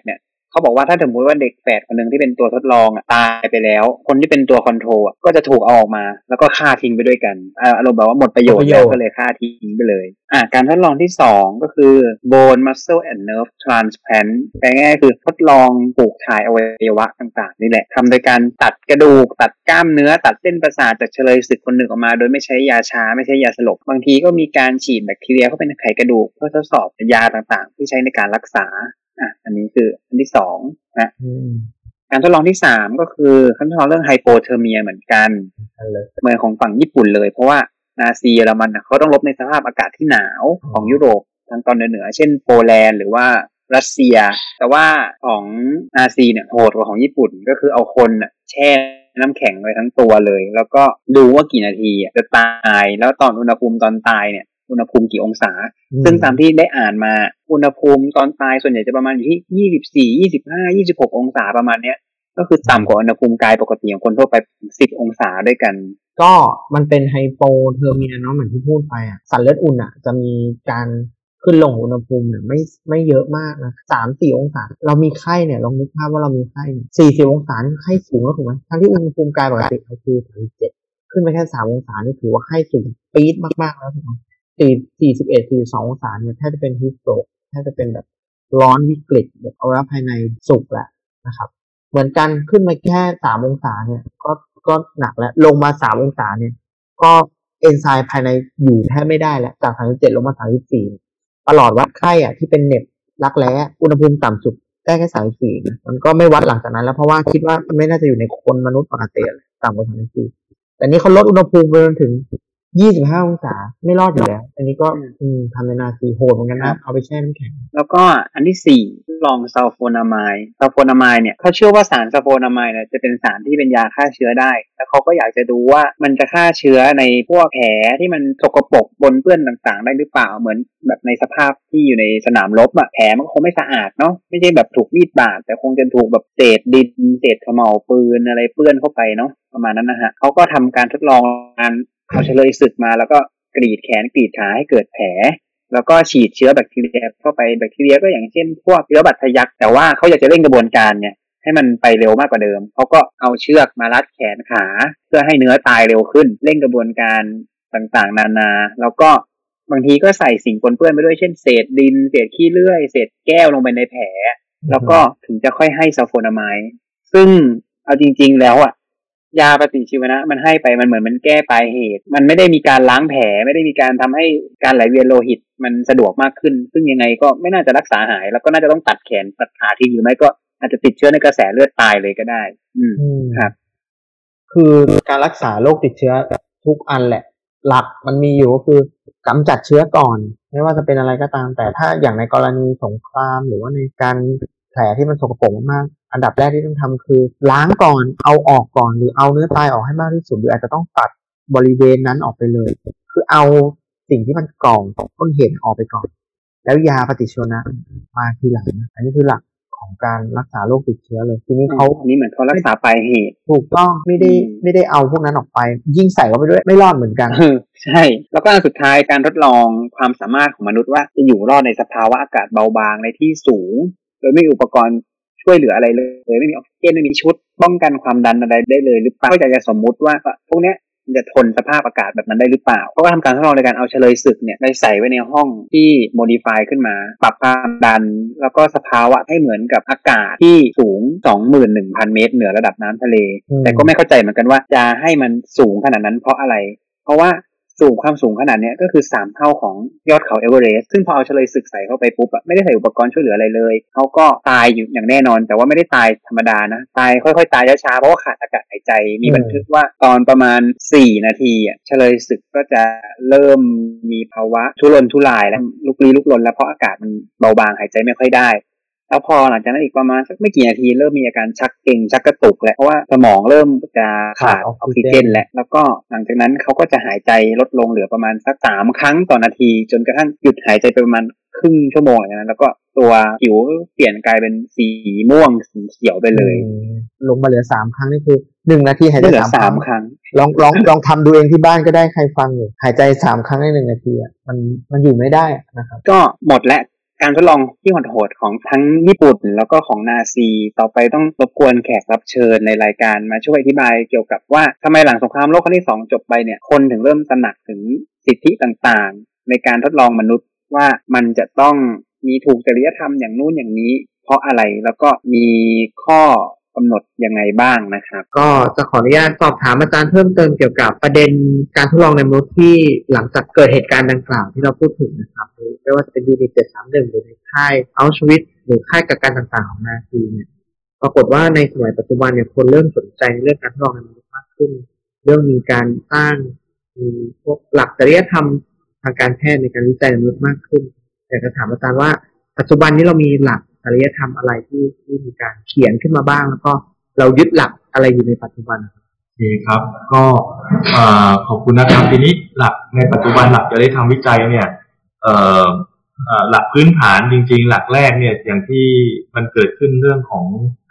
เขาบอกว่าถ้าสมมติว่าเด็กแฝดคนหนึ่งที่เป็นตัวทดลองตายไปแล้วคนที่เป็นตัวคอนโทรลก็จะถูกเอาออกมาแล้วก็ฆ่าทิ้งไปด้วยกันอารมณ์แบบว่าหมดประโยชน์แล้วก็เลยฆ่าทิ้งไปเลยการทดลองที่2ก็คือ bone muscle and nerve transplant แปลง่ายๆคือทดลองปลูกถ่ายอวัยวะต่างๆนี่แหละทำโดยการตัดกระดูกตัดกล้ามเนื้อตัดเส้นประสาทจากเฉลยศึกคนหนึ่งออกมาโดยไม่ใช้ยาชาไม่ใช้ยาสลบบางทีก็มีการฉีดแบคทีเรียเข้าไปในไขกระดูกเพื่อทดสอบยาต่างๆที่ใช้ในการรักษาอันนี้คืออันที่2นะการทดลองที่3ก็คือการทดลองเรื่องไฮโปเทอร์เมียเหมือนกันเหมือนของฝั่งญี่ปุ่นเลยเพราะว่านาซีเยอรมันเขาต้องรบในสภาพอากาศที่หนาวของยุโรปทางตอนเหนือเช่นโปแลนด์หรือว่ารัสเซียแต่ว่าของนาซีเนี่ยโหดกว่าของญี่ปุ่นก็คือเอาคนแช่น้ำแข็งไว้ทั้งตัวเลยแล้วก็ดูว่ากี่นาทีจะตายแล้วตอนอุณหภูมิตอนตายเนี่ยอุณหภูมิกี่องศาซึ่งตามที่ได้อ่านมาอุณหภูมิตอนตายส่วนใหญ่จะประมาณอยู่ที่24 25 26องศาประมาณเนี้ยก็คือต่ำกว่าอุณหภูมิกายปกติของคนทั่วไป10องศาด้วยกันก็มันเป็นไฮโปเทอร์เมียเนาะเหมือนที่พูดไปสัตว์เลือดอุ่นจะมีการขึ้นลงอุณหภูมิเนี่ยไม่เยอะมากนะ3-4 องศาเรามีไข้เนี่ยลองนึกภาพว่าเรามีไข้เนี่ย40 องศานี่ไข้สูงแล้วถูกไหมทั้งที่อุณหภูมิกายปกติคือ37ขึ้นไปแค่3 องศานี่ถือว่าไข้สูงปี๊ดมากๆแล้วถูกไหม41-42 องศาเนี่ยแทบจะเป็นฮีทสโตรกแทบจะเป็นแบบร้อนวิกฤตแบบอวัยวะภายในสุกแหละนะครับเหมือนกันขึ้นมาแค่3 องศาเนี่ยก็หนักแล้วลงมา3 องศาเนี่ยก็เอนไซม์ภายในอยู่แทบไม่ได้แล้วจาก37ลงมา34ตลอดวัดไข้ที่เป็นเน็บรักแร้อุณหภูมิต่ำสุดได้แค่34นะมันก็ไม่วัดหลังจากนั้นแล้วเพราะว่าคิดว่าไม่น่าจะอยู่ในคนมนุษย์ปกติต่ำกว่า34แต่นี้เขาลดอุณหภูมิไปจนถึง25 องศาไม่รอดอยู่แล้วอันนี้ก็ทำในนาทีโหดเหมือนกันนะเอาไปแช่น้ำแข็งแล้วก็อันที่4ลองซัลโฟนามายเนี่ยเขาเชื่อว่าสารซัลโฟนามายเนี่ยจะเป็นสารที่เป็นยาฆ่าเชื้อได้แล้วเขาก็อยากจะดูว่ามันจะฆ่าเชื้อในพวกแผลที่มันสกปรกปนเปื้อนต่างๆได้หรือเปล่าเหมือนแบบในสภาพที่อยู่ในสนามรบแผลมันคงไม่สะอาดเนาะไม่ใช่แบบถูกมีดบาดแต่คงจะถูกแบบเศษดินเศษขม่าวปืนอะไรเปื้อนเข้าไปเนาะประมาณนั้นนะฮะเขาก็ทำการทดลองเอาเฉลยศึกมาแล้วก็กรีดแขนกรีดขาให้เกิดแผลแล้วก็ฉีดเชื้อแบคทีเรียเข้าไปแบคทีเรียก็อย่างเช่นพวกเชื้อบาดทะยักแต่ว่าเขาอยากจะเร่งกระบวนการเนี่ยให้มันไปเร็วมากกว่าเดิมเขาก็เอาเชือกมารัดแขนขาเพื่อให้เนื้อตายเร็วขึ้นเร่งกระบวนการต่างๆนานาแล้วก็บางทีก็ใส่สิ่งปนเปื้อนไปด้วยเช่นเศษดินเศษขี้เลื่อยเศษแก้วลงไปในแผลแล้วก็ถึงจะค่อยให้ซัลโฟนามายซึ่งเอาจริงๆแล้วยาปฏิชีวนะมันให้ไปมันเหมือนมันแก้ปลายเหตุมันไม่ได้มีการล้างแผลไม่ได้มีการทำให้การไหลเวียนโลหิตมันสะดวกมากขึ้นซึ่งยังไงก็ไม่น่าจะรักษาหายแล้วก็น่าจะต้องตัดแขนตัดขาทิ้งหรือไม่ก็อาจจะติดเชื้อในกระแสเลือดตายเลยก็ได้ครับคือการรักษาโรคติดเชื้อทุกอันแหละหลักมันมีอยู่ก็คือกำจัดเชื้อก่อนไม่ว่าจะเป็นอะไรก็ตามแต่ถ้าอย่างในกรณีสงครามหรือว่าในการแผลที่มันสกปรกมากอันดับแรกที่ต้องทำคือล้างก่อนเอาออกก่อนหรือเอาเนื้อตายออกให้มากที่สุดหรืออาจจะต้องตัดบริเวณนั้นออกไปเลยคือเอาสิ่งที่มันก่อต้นเหตุออกไปก่อนแล้วยาปฏิชีวนะมาทีหลังอันนี้คือหลักของการรักษาโรคติดเชื้อเลยทีนี้อันนี้เหมือนเขารักษาปลายเหตุถูกต้องไม่ได้เอาพวกนั้นออกไปยิ่งใส่เข้าไปด้วยไม่รอดเหมือนกันใช่แล้วก็สุดท้ายการทดลองความสามารถของมนุษย์ว่าจะอยู่รอดในสภาวะอากาศเบาบางในที่สูงโดยไม่มีอุปกรณ์ช่วยเหลืออะไรเลยไม่มีออกซิเจนไม่มีชุดป้องกันความดันอะไรได้เลยหรือเปล่าก็อยากจะสมมุติว่าพวกเนี้ยมันจะทนสภาพอากาศแบบนั้นได้หรือเปล่าเพราะว่าทำการทดลองในการเอาเฉลยศึกเนี่ยไปใส่ไว้ในห้องที่โมดิฟายขึ้นมาปรับความดันแล้วก็สภาวะให้เหมือนกับอากาศที่สูง 21,000 เมตรเหนือระดับน้ำทะเลแต่ก็ไม่เข้าใจเหมือนกันว่าจะให้มันสูงขนาดนั้นเพราะอะไรเพราะว่าความสูงขนาดนี้ก็คือ3เท่าของยอดเขาเอเวอเรสต์ซึ่งพอเอาเฉลยศึกใส่เข้าไปปุ๊บไม่ได้ใส่อุปกรณ์ช่วยเหลืออะไรเลยเขาก็ตายอยู่อย่างแน่นอนแต่ว่าไม่ได้ตายธรรมดานะตายค่อยๆตายช้าๆเพราะว่าขาดอากาศหายใจมีบันทึกว่าตอนประมาณ4นาทีเฉลยศึกก็จะเริ่มมีภาวะทุรนทุรายและลุกลี้ลุกลนแล้วเพราะอากาศมันเบาบางหายใจไม่ค่อยได้แล้วพอหลังจากนั้นอีกประมาณสักไม่กี่นาทีเริ่มมีอาการชักเกร็งชักกระตุกแล้วเพราะว่าสมองเริ่มจะขาดออกซิเจนแล้วก็หลังจากนั้นเขาก็จะหายใจลดลงเหลือประมาณสัก3ครั้งต่อนาทีจนกระทั่งหยุดหายใจไปประมาณครึ่งชั่วโมงอย่างนั้นแล้วก็ตัวผิวเปลี่ยนกลายเป็นสีม่วงสีเขียวไปเลยลงมาเหลือ3ครั้งนี่คือ1นาทีหายใจ 3ครั้งลองทำดูเองที่บ้านก็ได้ใครฟังอยู่หายใจ3ครั้งใน1นาทีมันอยู่ไม่ได้นะครับก็หมดแล้วการทดลองที่โหดๆของทั้งญี่ปุ่นแล้วก็ของนาซีต่อไปต้องรบกวนแขกรับเชิญในรายการมาช่วยอธิบายเกี่ยวกับว่าทำไมหลังสงครามโลกครั้งที่2จบไปเนี่ยคนถึงเริ่มตระหนักถึงสิทธิต่างๆในการทดลองมนุษย์ว่ามันจะต้องมีถูกจริยธรรมอย่างนู้นอย่างนี้เพราะอะไรแล้วก็มีข้อกำหนดยังไงบ้างนะครับก็จะขออนุญาตสอบถามอาจารย์เพิ่มเติมเกี่ยวกับประเด็นการทดลองในมนุษย์ที่หลังจากเกิดเหตุการณ์ดังกล่าวที่เราพูดถึงนะครับไม่ว่าจะเป็นยูนิต731หรือในค่ายอัลชวิตหรือค่ายกักกันต่างๆของนาซีเนี่ยปรากฏว่าในสมัยปัจจุบันเนี่ยคนเริ่มสนใจในเรื่องการทดลองในมนุษย์มากขึ้นเรื่องมีการสร้างมีพวกหลักจริยธรรมทางการแพทย์ในการวิจัยในมนุษย์มากขึ้นอยากจะถามอาจารย์ว่าปัจจุบันนี้เรามีหลักจริยธรรมอะไรที่มีการเขียนขึ้นมาบ้างแล้วก็เรายึดหลักอะไรอยู่ในปัจจุบันโอเคครับก็ขอบคุณนะครับทีนี้หลักในปัจจุบันหลักจริยธรรมวิจัยเนี่ยหลักพื้นฐานจริงๆหลักแรกเนี่ยอย่างที่มันเกิดขึ้นเรื่องของ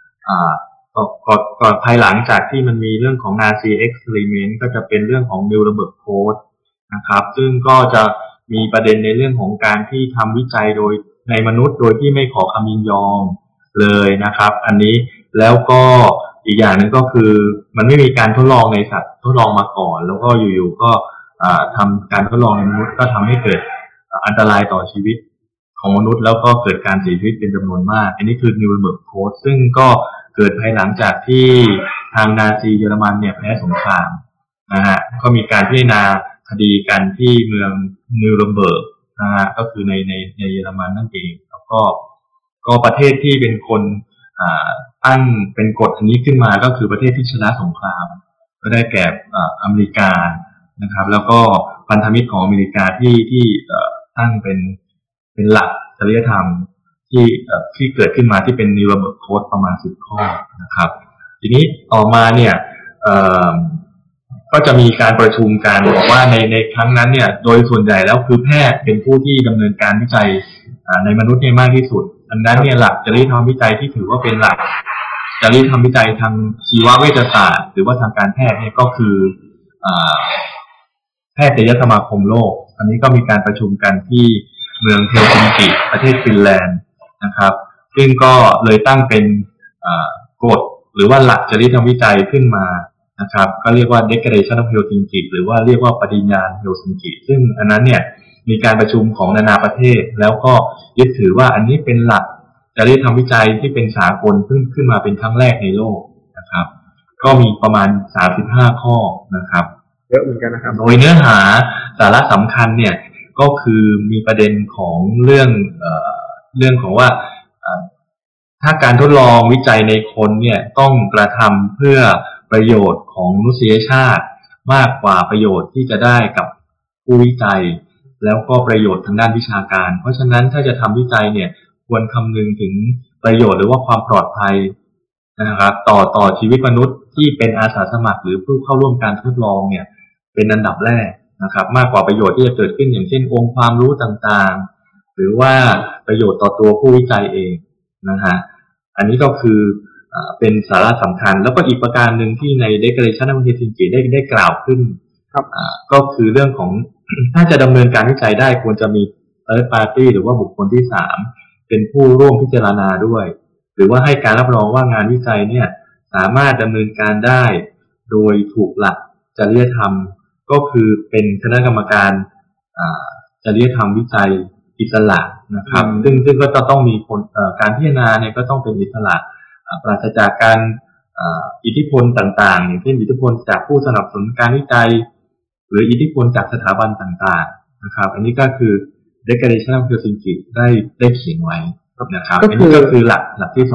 ก่อนภายหลังจากที่มันมีเรื่องของ Nazi Experiment ก็จะเป็นเรื่องของ Nuremberg Code นะครับซึ่งก็จะมีประเด็นในเรื่องของการที่ทำวิจัยโดยในมนุษย์โดยที่ไม่ขอคำยินยอมเลยนะครับอันนี้แล้วก็อีกอย่างนึงก็คือมันไม่มีการทดลองในสัตว์ทดลองมาก่อนแล้วก็อยู่ๆก็ทำการทดลองในมนุษย์ก็ทำให้เกิดอันตรายต่อชีวิตของมนุษย์แล้วก็เกิดการเสียชีวิตเป็นจำนวนมากอันนี้คือ Nuremberg Code ซึ่งก็เกิดภายหลังจากที่ทางนาซีเยอรมันเนี่ยแพ้สงครามนะฮะก็มีการพิจารณาคดีกันที่เมืองนิวเรมเบิร์กนะฮะก็คือในเยอรมันนั่นเองแล้วก็ประเทศที่เป็นคนตั้งเป็นกฎอันนี้ขึ้นมาก็คือประเทศที่ชนะสงครามก็ได้แก่อเมริกานะครับแล้วก็พันธมิตรของอเมริกาที่ตั้งเป็นหลักจริยธรรมที่เกิดขึ้นมาที่เป็นนิวเรมเบิร์กโค้ดประมาณ10ข้อนะครับทีนี้ต่อมาเนี่ยก็จะมีการประชุมกันบอกว่าในครั้งนั้นเนี่ยโดยส่วนใหญ่แล้วคือแพทย์เป็นผู้ที่ดำเนินการวิจัยในมนุษย์เนี่ยมากที่สุดดังนั้นเนี่ยหลักจริยธรรมวิจัยที่ถือว่าเป็นหลักจริยธรรมวิจัยทางชีวเวชศาสตร์หรือว่าทางการแพทย์เนี่ยก็คือแพทยสมาคมโลกอันนี้ก็มีการประชุมกันที่เมืองเฮลซิงกิประเทศฟินแลนด์นะครับซึ่งก็เลยตั้งเป็นกฎหรือว่าหลักจริยธรรมวิจัยขึ้นมานะครับก็เรียกว่า Declaration of Helsinki หรือว่าเรียกว่าปฏิญญาณเฮลซิงกิซึ่งอันนั้นเนี่ยมีการประชุมของนานาประเทศแล้วก็ยึดถือว่าอันนี้เป็นหลักจริยธรรมวิจัยที่เป็นสากลขึ้นมาเป็นครั้งแรกในโลกนะครับก็มีประมาณ35ข้อนะครับเยอะเหมือนกันนะครับโดยเนื้อหาสาระสำคัญเนี่ยก็คือมีประเด็นของเรื่องของว่าถ้าการทดลองวิจัยในคนเนี่ยต้องกระทำเพื่อประโยชน์ของมนุษยชาติมากกว่าประโยชน์ที่จะได้กับผู้วิจัยแล้วก็ประโยชน์ทางด้านวิชาการเพราะฉะนั้นถ้าจะทำวิจัยเนี่ยควรคำนึงถึงประโยชน์หรือว่าความปลอดภัยนะครับต่อชีวิตมนุษย์ที่เป็นอาสาสมัครหรือผู้เข้าร่วมการทดลองเนี่ยเป็นอันดับแรกนะครับมากกว่าประโยชน์ที่จะเกิดขึ้นอย่างเช่นองค์ความรู้ต่างๆหรือว่าประโยชน์ต่อตัวผู้วิจัยเองนะฮะอันนี้ก็คือเป็นสาระสำคัญแล้วก็อีกประการหนึ่งที่ใน Declaration of Helsinki ได้กล่าวขึ้นก็คือเรื่องของ ถ้าจะดำเนินการวิจัยได้ควรจะมี third party หรือว่าบุคคลที่3เป็นผู้ร่วมพิจารณาด้วยหรือว่าให้การรับรองว่างานวิจัยเนี่ยสามารถดำเนินการได้โดยถูกหลักจริยธรรมก็คือเป็นคณะกรรมการจริยธรรมวิจัยอิสระนะครับซึ่งก็จะต้องมีการพิจารณาเนี่ยก็ต้องเป็นอิสระปราศจากการอิทธิพลต่างๆอย่างเช่นอิทธิพลจากผู้สนับสนุนการวิจัยหรืออิทธิพลจากสถาบันต่างๆนะครับอันนี้ก็คือ Declaration of Helsinki ได้เขียนไว้นะครับอันนี้ก็คือหลักที่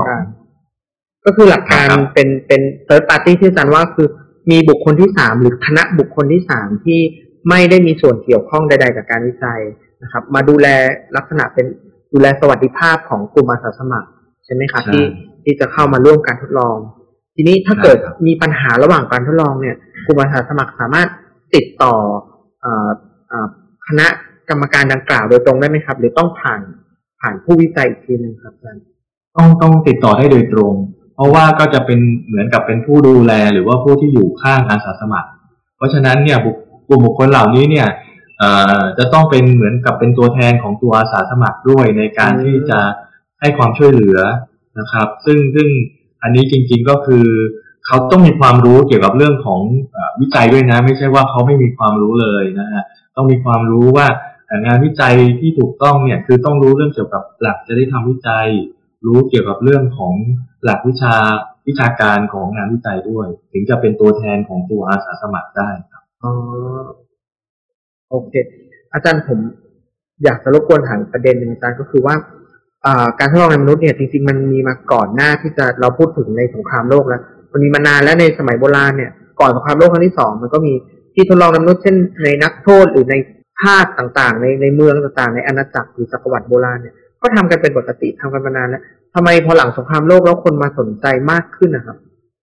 2 ก็คือหลักการเป็น third party ที่อาจารย์ว่าคือมีบุคคลที่3หรือคณะบุคคลที่3ที่ไม่ได้มีส่วนเกี่ยวข้องใดๆกับการวิจัยนะครับมาดูแลลักษณะเป็นดูแลสวัสดิภาพของกลุ่มอาสาสมัครใช่ไหมครับที่จะเข้ามาร่วมการทดลองทีนี้ถ้าเกิดมีปัญหาระหว่างการทดลองเนี่ยกลุ่มอาสาสมัครสามารถติดต่อคณะกรรมการดังกล่าวโดยตรงได้ไหมครับหรือต้องผ่านผู้วิจัยอีกทีนึงครับอาจารย์ต้องติดต่อได้โดยตรงเพราะว่าก็จะเป็นเหมือนกับเป็นผู้ดูแลหรือว่าผู้ที่อยู่ข้างอาสาสมัครเพราะฉะนั้นเนี่ยกลุ่มบุคคลเหล่านี้เนี่ยจะต้องเป็นเหมือนกับเป็นตัวแทนของตัวอาสาสมัครด้วยในการที่จะให้ความช่วยเหลือนะครับซึ่งอันนี้จริงๆก็คือเขาต้องมีความรู้เกี่ยวกับเรื่องของวิจัยด้วยนะไม่ใช่ว่าเขาไม่มีความรู้เลยนะฮะต้องมีความรู้ว่างานวิจัยที่ถูกต้องเนี่ยคือต้องรู้เรื่องเกี่ยวกับหลักจะได้ทำวิจัยรู้เกี่ยวกับเรื่องของหลักวิชาการของงานวิจัยด้วยถึงจะเป็นตัวแทนของตัวอาสาสมัครได้ครับอ๋อโอเคอาจารย์ผมอยากจะรบกวนถามประเด็นหนึ่งอาจารย์ก็คือว่าการทดลองในมนุษย์เนี่ยจริงๆมันมีมาก่อนหน้าที่จะเราพูดถึงในสงครามโลกแล้วมันมีมานานแล้วในสมัยโบราณเนี่ยก่อนสงครามโลกครั้งที่2มันก็มีที่ทดลองในมนุษย์เช่นในนักโทษหรือในภาคต่างๆในเมืองต่างๆในอาณาจักรหรือจักรวรรดิโบราณเนี่ยก็ทำกันเป็นปกติทำกันมานานแล้วทำไมพอหลังสงครามโลกแล้วคนมาสนใจมากขึ้นนะครับ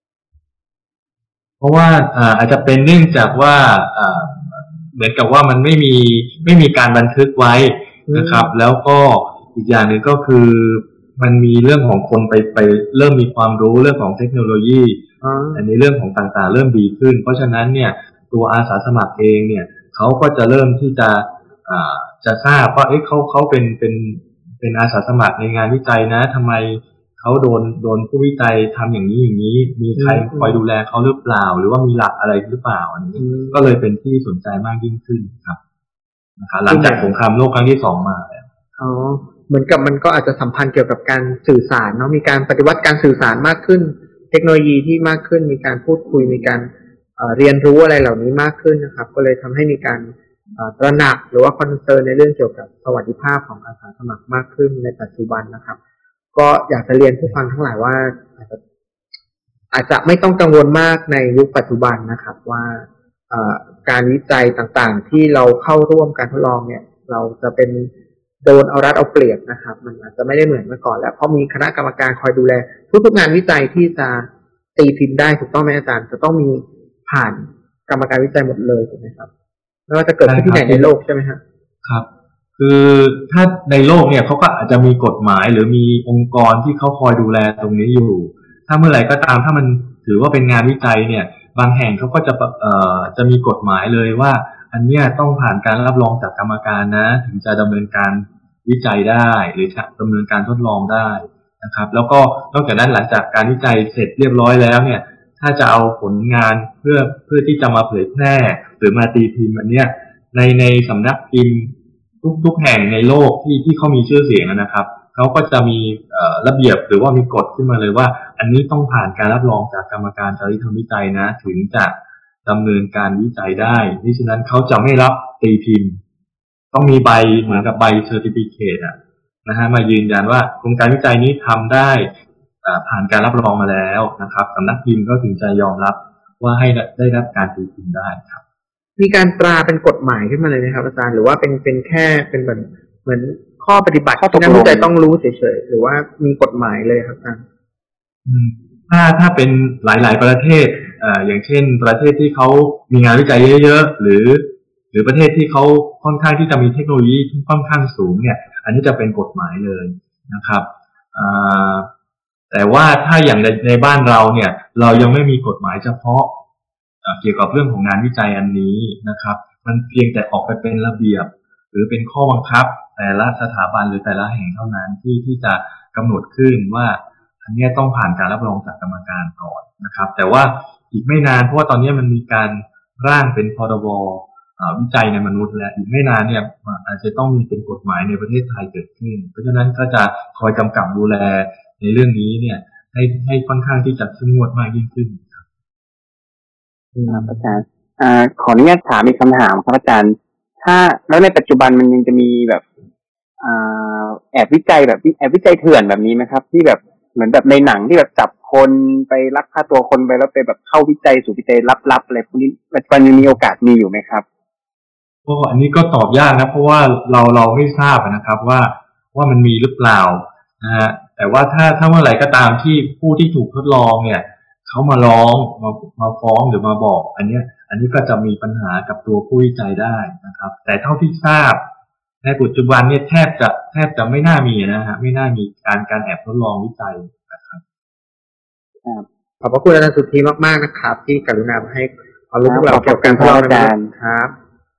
เพราะว่าอาจจะเป็นเนื่องจากว่าเหมือนกับว่ามันไม่มีการบันทึกไว้นะครับแล้วก็อีกอย่างหนึ่งก็คือมันมีเรื่องของคนไปเริ่มมีความรู้เรื่องของเทคโนโลยีอันนี้เรื่องของต่างๆเริ่มดีขึ้นเพราะฉะนั้นเนี่ยตัวอาสาสมัครเองเนี่ยเขาก็จะเริ่มที่จะทราบว่าเขาเป็นอาสาสมัครในงานวิจัยนะทำไมเขาโดนผู้วิจัยทำอย่างนี้มีใครคอยดูแลเขาหรือเปล่าหรือว่ามีหลักอะไรหรือเปล่าอันนี้ก็เลยเป็นที่สนใจมากยิ่งขึ้นครับนะครับหลังจากสงครามโลกครั้งที่2มาอ๋อเหมือนกับมันก็อาจจะสัมพันธ์เกี่ยวกับการสื่อสารเนาะมีการปฏิวัติการสื่อสารมากขึ้นเทคโนโลยีที่มากขึ้นมีการพูดคุยมีการเรียนรู้อะไรเหล่านี้มากขึ้นนะครับก็เลยทำให้มีการตระหนักหรือว่าคอนเซิร์นในเรื่องเกี่ยวกับสวัสดิภาพของอาสาสมัครมากขึ้นในปัจจุบันนะครับก็อยากจะเรียนผู้ฟังทั้งหลายว่าอาจจะไม่ต้องกังวลมากในยุคปัจจุบันนะครับว่าการวิจัยต่างๆที่เราเข้าร่วมการทดลองเนี่ยเราจะเป็นโดนเอารัดเอาเปรียบนะครับมันอาจจะไม่ได้เหมือนเมื่อก่อนแล้วเพราะมีคณะกรรมการคอยดูแลทุกๆงานวิจัยที่จะตีพิมพ์ได้ถูกต้องไหมอาจารย์จะต้องมีผ่านกรรมการวิจัยหมดเลยถูกไหมครับไม่ว่าจะเกิดขึ้นที่ไหนในโลกใช่ไหมครับครับคือถ้าในโลกเนี่ยเขาก็อาจจะมีกฎหมายหรือมีองค์กรที่เขาคอยดูแลตรงนี้อยู่ถ้าเมื่อไหร่ก็ตามถ้ามันถือว่าเป็นงานวิจัยเนี่ยบางแห่งเขาก็จะมีกฎหมายเลยว่าอันเนี้ยต้องผ่านการรับรองจากกรรมการนะถึงจะดำเนินการวิจัยได้หรือดำเนินการทดลองได้นะครับแล้วก็นอกจากนั้นหลังจากการวิจัยเสร็จเรียบร้อยแล้วเนี่ยถ้าจะเอาผลงานเพื่อที่จะมาเผยแพร่หรือมาตีพิมพ์อันเนี้ยในสำนักพิมพ์ทุกแห่งในโลกที่เขามีชื่อเสียงนะครับเขาก็จะมีระเบียบหรือว่ามีกฎขึ้นมาเลยว่าอันนี้ต้องผ่านการรับรองจากกรรมการจริยธรรมวิจัยนะถึงจะดำเนินการวิจัยได้ดังนั้นเขาจะไม่รับตีพิมพ์ต้องมีใบเหมือนกับใบเซอร์ติฟิเคตนะฮะมายืนยันว่าโครงการวิจัยนี้ทำได้ผ่านการรับรองมาแล้วนะครับสำนักพิมพ์ก็ถึงจะยอมรับว่าให้ได้รับการตีพิมพ์ได้ครับมีการตราเป็นกฎหมายขึ้นมาเลยนะครับอาจารย์หรือว่าเป็นแค่เป็นเหมือนข้อปฏิบัติที่นักวิจัยต้องรู้เฉยๆหรือว่ามีกฎหมายเลยครับอาจารย์ถ้าเป็นหลายๆประเทศอย่างเช่นประเทศที่เขามีงานวิจัยเยอะๆหรือประเทศที่เขาค่อนข้างที่จะมีเทคโนโลยีที่ค่อนข้างสูงเนี่ยอันนี้จะเป็นกฎหมายเลยนะครับแต่ว่าถ้าอย่างในบ้านเราเนี่ยเรายังไม่มีกฎหมายเฉพาะเกี่ยวกับเรื่องของงานวิจัยอันนี้นะครับมันเพียงแต่ออกไปเป็นระเบียบหรือเป็นข้อบังคับแต่ละสถาบันหรือแต่ละแห่งเท่านั้นที่จะกำหนดขึ้นว่าอันนี้ต้องผ่านการรับรองจากกรรมการก่อนนะครับแต่ว่าอีกไม่นานเพราะว่าตอนนี้มันมีการร่างเป็นพรบวิจัยในมนุษย์และอีกไม่นานเนี่ยอาจจะต้องมีเป็นกฎหมายในประเทศไทยเกิดขึ้นเพราะฉะนั้นก็จะคอยกำกับดูแลในเรื่องนี้เนี่ยให้ค่อนข้างที่จะเข้มงวดมากยิ่งขึ้นครับอาจารย์ขออนุญาตถามอีกคำถามครับอาจารย์ถ้าแล้วในปัจจุบันมันยังจะมีแบบแอบวิจัยแบบแอบวิจัยเถื่อนแบบนี้ไหมครับที่แบบเหมือนแบบในหนังที่แบบจับคนไปลักพาตัวคนไปแล้วไปแบบเข้าวิจัยสู่วิจัยลับๆอะไรพวกนี้ปัจจุบันยังมีโอกาสมีอยู่ไหมครับก็อันนี้ก็ตอบยากนะเพราะว่าเราไม่ทราบนะครับว่ามันมีหรือเปล่านะฮะแต่ว่าถ้าเมื่อไหร่ก็ตามที่ผู้ที่ถูกทดลองเนี่ยเขามาร้องมาฟ้องหรือมาบอกอันนี้ก็จะมีปัญหากับตัวผู้วิจัยได้นะครับแต่เท่าที่ทราบในปัจจุบันเนี่ยแทบจะไม่น่ามีนะฮะไม่น่ามีการแอบทดลองวิจัยนะครับขอบพระคุณอาจารย์สุทธิมากๆนะครับที่กรุณาให้ความรู้พวกเราเกี่ยวกับการทดลองครับ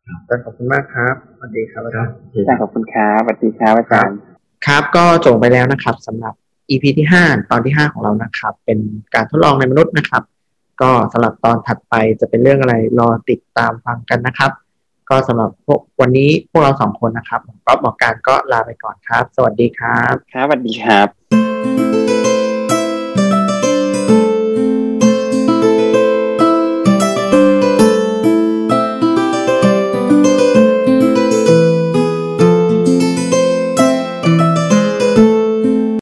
ขอบคุณมากครับสวัสดีครับอาจารย์ขอบคุณครับสวัสดีครับอาจารย์ครับก็จบไปแล้วนะครับสำหรับ EP ที่5ตอนที่5ของเรานะครับเป็นการทดลองในมนุษย์นะครับก็สำหรับตอนถัดไปจะเป็นเรื่องอะไรรอติดตามฟังกันนะครับก็สำหรับวันนี้พวกเรา2คนนะครับผมก๊อฟหมอการก็ลาไปก่อนครับสวัสดีครับครับสวัสดีครับ